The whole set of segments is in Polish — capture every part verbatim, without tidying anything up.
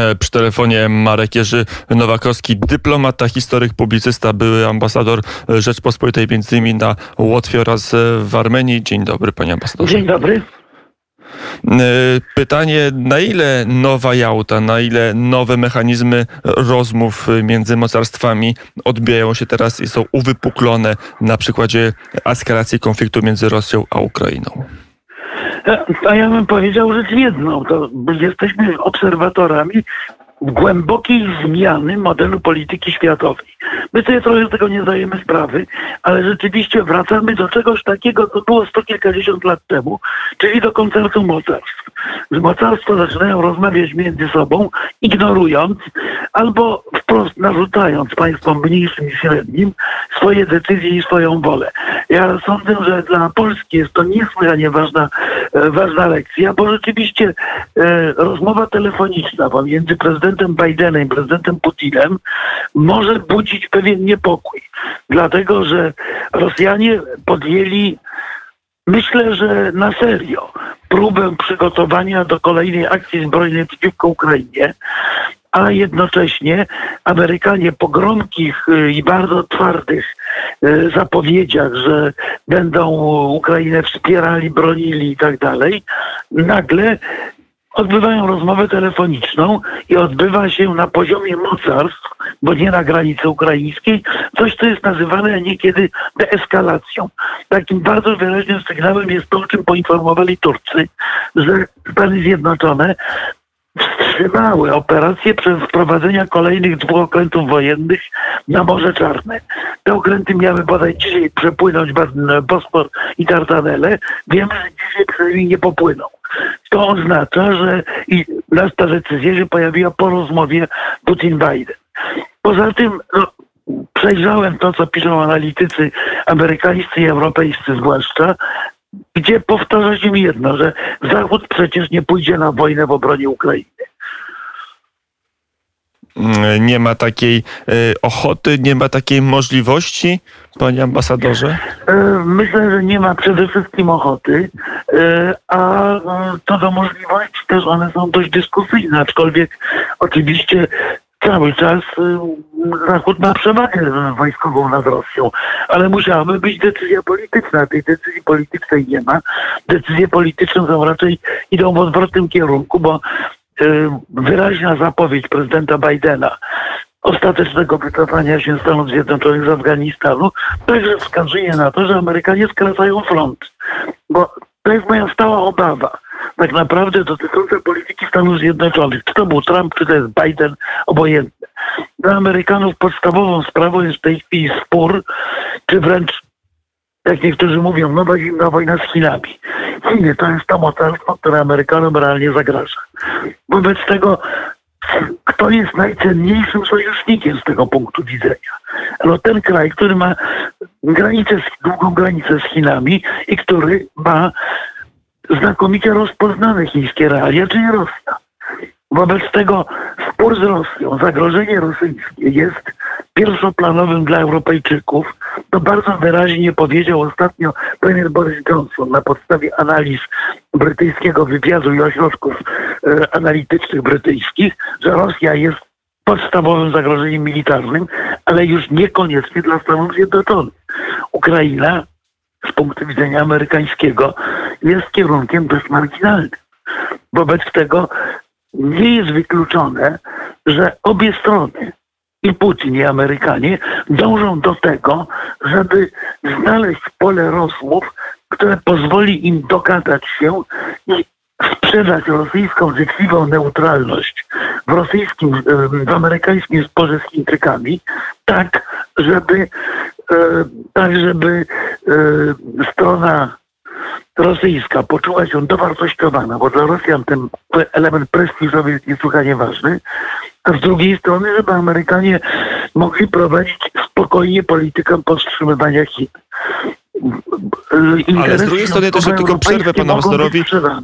Przy telefonie Marek Jerzy Nowakowski, dyplomata, historyk, publicysta, były ambasador Rzeczpospolitej między innymi na Łotwie oraz w Armenii. Dzień dobry, panie ambasadorze. Dzień dobry. Pytanie, na ile nowa Jałta, na ile nowe mechanizmy rozmów między mocarstwami odbijają się teraz i są uwypuklone na przykładzie eskalacji konfliktu między Rosją a Ukrainą? A ja bym powiedział rzecz jedną, to jesteśmy obserwatorami głębokiej zmiany modelu polityki światowej. My sobie trochę z tego nie zdajemy sprawy, ale rzeczywiście wracamy do czegoś takiego, co było sto kilkadziesiąt lat temu, czyli do koncertu mocarstw. Że mocarstwa zaczynają rozmawiać między sobą, ignorując albo wprost narzucając państwom mniejszym i średnim swoje decyzje i swoją wolę. Ja sądzę, że dla Polski jest to niesłychanie ważna, e, ważna lekcja, bo rzeczywiście e, rozmowa telefoniczna pomiędzy prezydentem Bidenem i prezydentem Putinem może budzić pewien niepokój. Dlatego, że Rosjanie podjęli, myślę, że na serio, próbę przygotowania do kolejnej akcji zbrojnej przeciwko Ukrainie, a jednocześnie Amerykanie po gromkich i bardzo twardych zapowiedziach, że będą Ukrainę wspierali, bronili i tak dalej, nagle odbywają rozmowę telefoniczną i odbywa się na poziomie mocarstw, bo nie na granicy ukraińskiej, coś, co jest nazywane niekiedy deeskalacją. Takim bardzo wyraźnym sygnałem jest to, o czym poinformowali Turcy, że Stany Zjednoczone wstrzymały operację przez wprowadzenia kolejnych dwóch okrętów wojennych na Morze Czarne. Te okręty miały bodaj dzisiaj przepłynąć Bospor i Dardanelle. Wiemy, że dzisiaj przynajmniej nie popłyną. To oznacza, że i nas ta decyzja się pojawiła po rozmowie Putin-Biden. Poza tym no, przejrzałem to, co piszą analitycy amerykańscy i europejscy zwłaszcza, gdzie powtarza się mi jedno, że Zachód przecież nie pójdzie na wojnę w obronie Ukrainy. Nie ma takiej y, ochoty, nie ma takiej możliwości, panie ambasadorze? Myślę, że nie ma przede wszystkim ochoty, a co do możliwości też one są dość dyskusyjne, aczkolwiek oczywiście cały czas Zachód ma przewagę wojskową nad Rosją, ale musiałaby być decyzja polityczna. Tej decyzji politycznej nie ma. Decyzje polityczne są raczej idą w odwrotnym kierunku, bo wyraźna zapowiedź prezydenta Bidena ostatecznego wycofania się Stanów Zjednoczonych z Afganistanu także wskazuje na to, że Amerykanie skracają front. Bo to jest moja stała obawa, tak naprawdę dotycząca polityki Stanów Zjednoczonych. Czy to był Trump, czy to jest Biden, obojętne. Dla Amerykanów podstawową sprawą jest w tej chwili spór, czy wręcz, jak niektórzy mówią, nowa zimna wojna z Chinami. Chiny to jest to mocarstwo, które Amerykanom realnie zagraża. Wobec tego, kto jest najcenniejszym sojusznikiem z tego punktu widzenia? No ten kraj, który ma granicę, długą granicę z Chinami i który ma znakomicie rozpoznane chińskie realia, czyli Rosja. Wobec tego spór z Rosją, zagrożenie rosyjskie jest pierwszoplanowym dla Europejczyków. To bardzo wyraźnie powiedział ostatnio premier Boris Johnson na podstawie analiz brytyjskiego wywiadu i ośrodków e, analitycznych brytyjskich, że Rosja jest podstawowym zagrożeniem militarnym, ale już niekoniecznie dla Stanów Zjednoczonych. Ukraina z punktu widzenia amerykańskiego jest kierunkiem dość marginalnym. Wobec tego nie jest wykluczone, że obie strony, i Putin, i Amerykanie, dążą do tego, żeby znaleźć pole rozmów, które pozwoli im dogadać się i sprzedać rosyjską życzliwą neutralność w rosyjskim, w amerykańskim sporze z Chińczykami, tak, żeby, tak, żeby strona rosyjska poczuła się dowartościowana, bo dla Rosjan ten element prestiżowy jest niesłychanie ważny, a z drugiej strony, żeby Amerykanie mogli prowadzić spokojnie politykę powstrzymywania Chin. Interesy ale z drugiej strony też tylko przerwę panu ambasadorowi,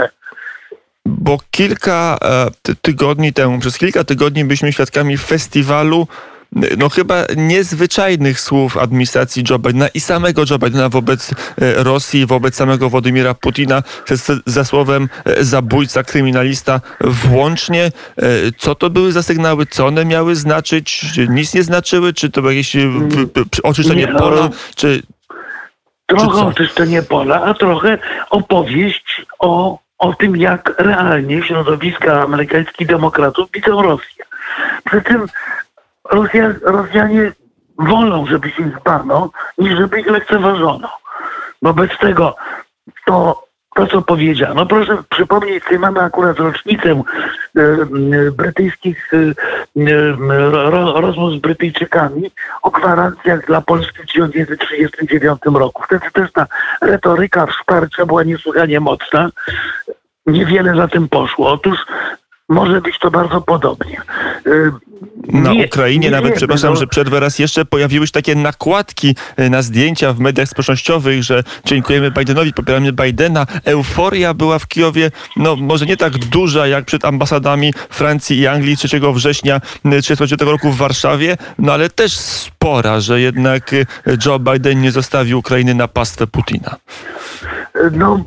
bo kilka tygodni temu, przez kilka tygodni byliśmy świadkami festiwalu no chyba niezwyczajnych słów administracji Joe Bidena i samego Joe Bidena wobec Rosji, wobec samego Władimira Putina za słowem zabójca, kryminalista włącznie. Co to były za sygnały? Co one miały znaczyć? Czy nic nie znaczyły? Czy to było jakieś oczyszczenie Nie, pola? Czy, trochę oczyszczenie pola, a trochę opowieść o, o tym, jak realnie środowiska amerykańskich demokratów widzą Rosję. Przy tym Rosja, Rosjanie wolą, żeby się ich bano, niż żeby ich lekceważono. Wobec tego to, to co powiedziano, proszę przypomnieć, że mamy akurat rocznicę e, e, brytyjskich e, ro, rozmów z Brytyjczykami o gwarancjach dla Polski w tysiąc dziewięćset trzydziestym dziewiątym roku. Wtedy też ta retoryka wsparcia była niesłychanie mocna. Niewiele za tym poszło. Otóż może być to bardzo podobnie. Na nie, Ukrainie nie nawet, wiemy, przepraszam, no. że przerwę raz jeszcze, pojawiły się takie nakładki na zdjęcia w mediach społecznościowych, że dziękujemy Bidenowi, popieramy Bidena. Euforia była w Kijowie, no może nie tak duża jak przed ambasadami Francji i Anglii trzeciego września trzydziestego dziewiątego roku w Warszawie, no ale też spora, że jednak Joe Biden nie zostawił Ukrainy na pastwę Putina. No...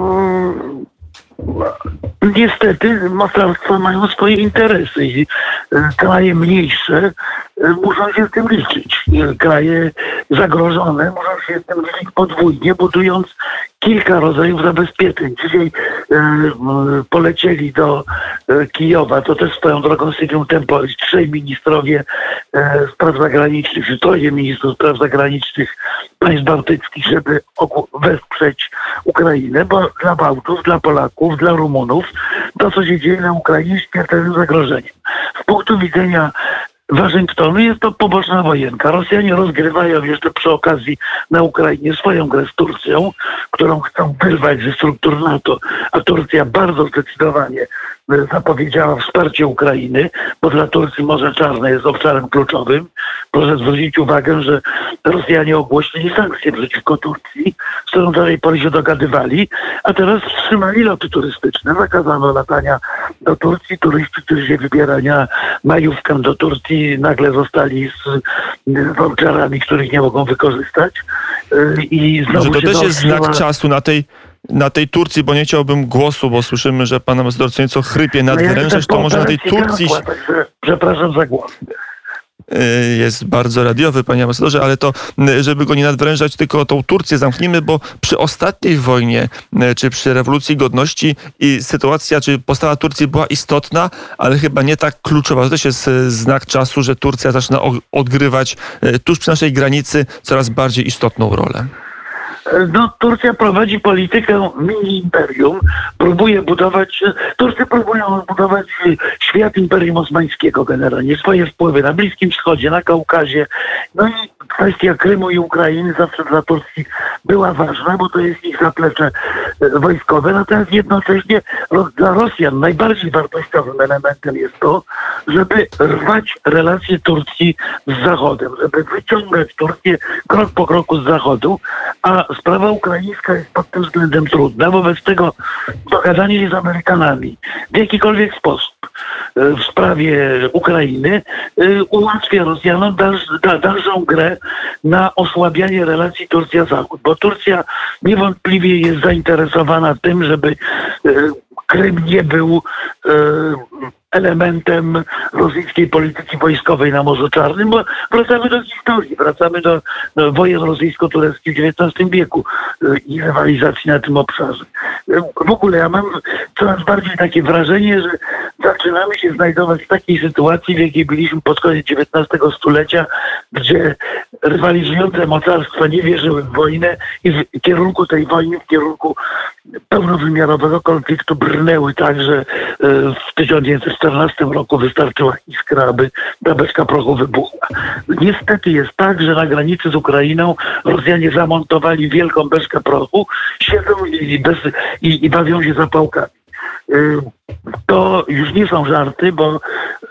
Niestety mocarstwa mają swoje interesy i kraje mniejsze muszą się z tym liczyć. Kraje zagrożone muszą się z tym liczyć podwójnie, budując kilka rodzajów zabezpieczeń. Dzisiaj e, polecieli do e, Kijowa, to też swoją drogą Syrią Tempo, trzej ministrowie e, spraw zagranicznych, czy troje ministrów spraw zagranicznych państw bałtyckich, żeby wesprzeć Ukrainę, bo dla Bałtów, dla Polaków, dla Rumunów to, co się dzieje na Ukrainie, jest śmiertelnym zagrożeniem. Z punktu widzenia Waszyngtonu jest to poboczna wojenka. Rosjanie rozgrywają jeszcze przy okazji na Ukrainie swoją grę z Turcją, którą chcą wyrwać ze struktur NATO, a Turcja bardzo zdecydowanie zapowiedziała wsparcie Ukrainy, bo dla Turcji Morze Czarne jest obszarem kluczowym. Proszę zwrócić uwagę, że Rosjanie ogłosili sankcje przeciwko Turcji, z którą do tej pory się dogadywali, a teraz wstrzymali loty turystyczne. Zakazano latania do Turcji. Turyści, którzy się wybierali na majówkę do Turcji, nagle zostali z voucherami, których nie mogą wykorzystać. I znowu Może to się też jest zaostrzyła... znak czasu na tej na tej Turcji, bo nie chciałbym głosu, bo słyszymy, że pan ambasador co nieco chrypie, nadwrężać, to może na tej Turcji... Gardła, także przepraszam za głos. Jest bardzo radiowy, panie ambasadorze, ale to, żeby go nie nadwrężać, tylko tą Turcję zamknijmy, bo przy ostatniej wojnie, czy przy rewolucji godności i sytuacja, czy postawa Turcji była istotna, ale chyba nie tak kluczowa. To też jest znak czasu, że Turcja zaczyna odgrywać tuż przy naszej granicy coraz bardziej istotną rolę. No, Turcja prowadzi politykę mini-imperium, próbuje budować, Turcy próbują budować świat Imperium Osmańskiego generalnie, swoje wpływy na Bliskim Wschodzie, na Kaukazie. No i kwestia Krymu i Ukrainy zawsze dla Turcji była ważna, bo to jest ich zaplecze wojskowe, natomiast jednocześnie dla Rosjan najbardziej wartościowym elementem jest to, żeby rwać relacje Turcji z Zachodem, żeby wyciągać Turcję krok po kroku z Zachodu, a sprawa ukraińska jest pod tym względem trudna. Wobec tego dogadanie się z Amerykanami w jakikolwiek sposób w sprawie Ukrainy ułatwia Rosjanom dalsz, dalszą grę na osłabianie relacji Turcja-Zachód, bo Turcja niewątpliwie jest zainteresowana tym, żeby Krym nie był elementem rosyjskiej polityki wojskowej na Morzu Czarnym, bo wracamy do historii, wracamy do, do wojen rosyjsko-tureckich w dziewiętnastym wieku i rywalizacji na tym obszarze. W ogóle ja mam coraz bardziej takie wrażenie, że zaczynamy się znajdować w takiej sytuacji, w jakiej byliśmy pod koniec dziewiętnastego stulecia, gdzie rywalizujące mocarstwa nie wierzyły w wojnę i w kierunku tej wojny, w kierunku pełnowymiarowego konfliktu brnęły tak, że w tysiąc dziewięćset czternastym roku wystarczyła iskra, aby ta beczka prochu wybuchła. Niestety jest tak, że na granicy z Ukrainą Rosjanie zamontowali wielką beczkę prochu, siedzą i, bez, i, i bawią się zapałkami. To już nie są żarty, bo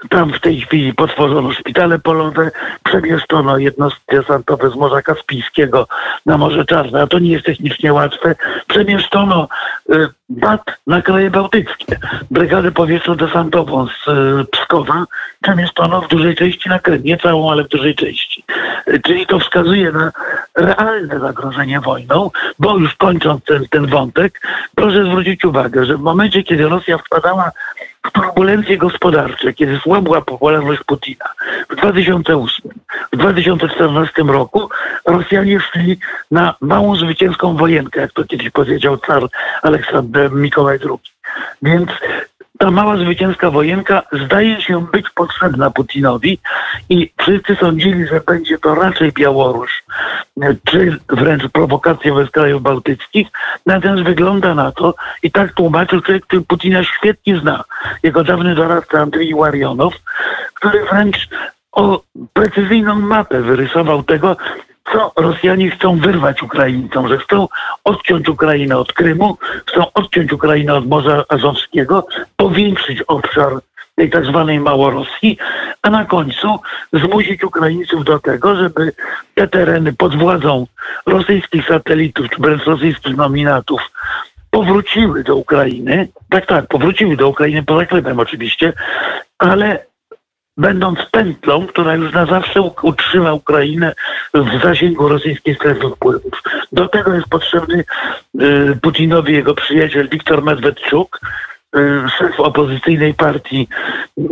Tam w tej chwili potworzono szpitale polowe, przemieszczono jednostki desantowe z Morza Kaspijskiego na Morze Czarne, a to nie jest technicznie łatwe. Przemieszczono y, B A T na kraje bałtyckie. Brygadę powietrzno-desantową z y, Pskowa przemieszczono w dużej części na Krym. Nie całą, ale w dużej części. Y, czyli to wskazuje na realne zagrożenie wojną, bo już kończąc ten, ten wątek, proszę zwrócić uwagę, że w momencie, kiedy Rosja wpadała w turbulencje gospodarcze, kiedy słabła popularność Putina w dwa tysiące ósmym, w dwa tysiące czternastym roku Rosjanie szli na małą zwycięską wojenkę, jak to kiedyś powiedział car Aleksander Mikołaj drugi. Więc ta mała zwycięska wojenka zdaje się być potrzebna Putinowi i wszyscy sądzili, że będzie to raczej Białoruś, czy wręcz prowokacja wobec krajów bałtyckich. Natomiast wygląda na to, i tak tłumaczył człowiek, który Putina świetnie zna, jego dawny doradca Andrzej Łarionow, który wręcz o precyzyjną mapę wyrysował tego, co Rosjanie chcą wyrwać Ukraińcom, że chcą odciąć Ukrainę od Krymu, chcą odciąć Ukrainę od Morza Azowskiego, powiększyć obszar tej tak zwanej Małorosji, a na końcu zmusić Ukraińców do tego, żeby te tereny pod władzą rosyjskich satelitów, czy wręcz rosyjskich nominatów powróciły do Ukrainy. Tak, tak, powróciły do Ukrainy poza Krymem oczywiście, ale będąc pętlą, która już na zawsze utrzyma Ukrainę w zasięgu rosyjskiej strefy wpływów. Do tego jest potrzebny y, Putinowi jego przyjaciel Wiktor Medwedczuk, y, szef opozycyjnej partii y,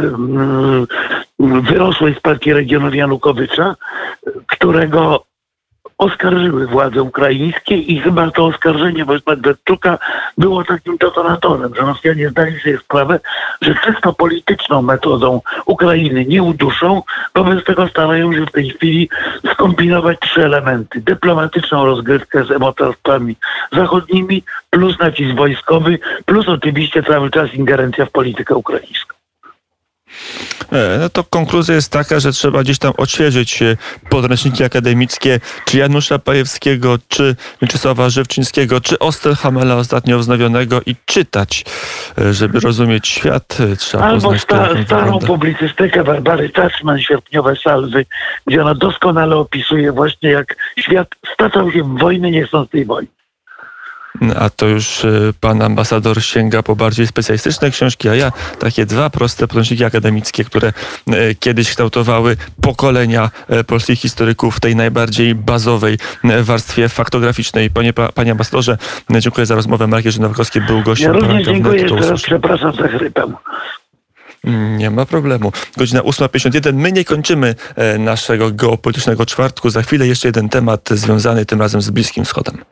y, wyrosłej z partii regionów Janukowycza, którego oskarżyły władze ukraińskie i chyba to oskarżenie wobec Medwedczuka było takim detonatorem, że Rosjanie zdali sobie sprawę, że czysto polityczną metodą Ukrainy nie uduszą, wobec tego starają się w tej chwili skombinować trzy elementy. Dyplomatyczną rozgrywkę z mocarstwami zachodnimi, plus nacisk wojskowy, plus oczywiście cały czas ingerencja w politykę ukraińską. No to konkluzja jest taka, że trzeba gdzieś tam odświeżyć podręczniki akademickie, czy Janusza Pajewskiego, czy Mieczysława Żywczyńskiego, czy Osterhammela ostatnio wznowionego i czytać, żeby rozumieć świat. Trzeba Albo poznać sta, to, starą wygląda. publicystykę Barbary Taczman, Sierpniowe salwy, gdzie ona doskonale opisuje właśnie, jak świat staczał się w wojny, nie chcąc tej wojny. A to już pan ambasador sięga po bardziej specjalistyczne książki, a ja takie dwa proste podręczniki akademickie, które kiedyś kształtowały pokolenia polskich historyków w tej najbardziej bazowej warstwie faktograficznej. Panie, panie ambasadorze, dziękuję za rozmowę. Marek Jerzy Nowakowski był gościem. Ja również dziękuję, teraz przepraszam za chrypę. Nie ma problemu. Godzina ósma pięćdziesiąt jeden. My nie kończymy naszego geopolitycznego czwartku. Za chwilę jeszcze jeden temat związany tym razem z Bliskim Wschodem.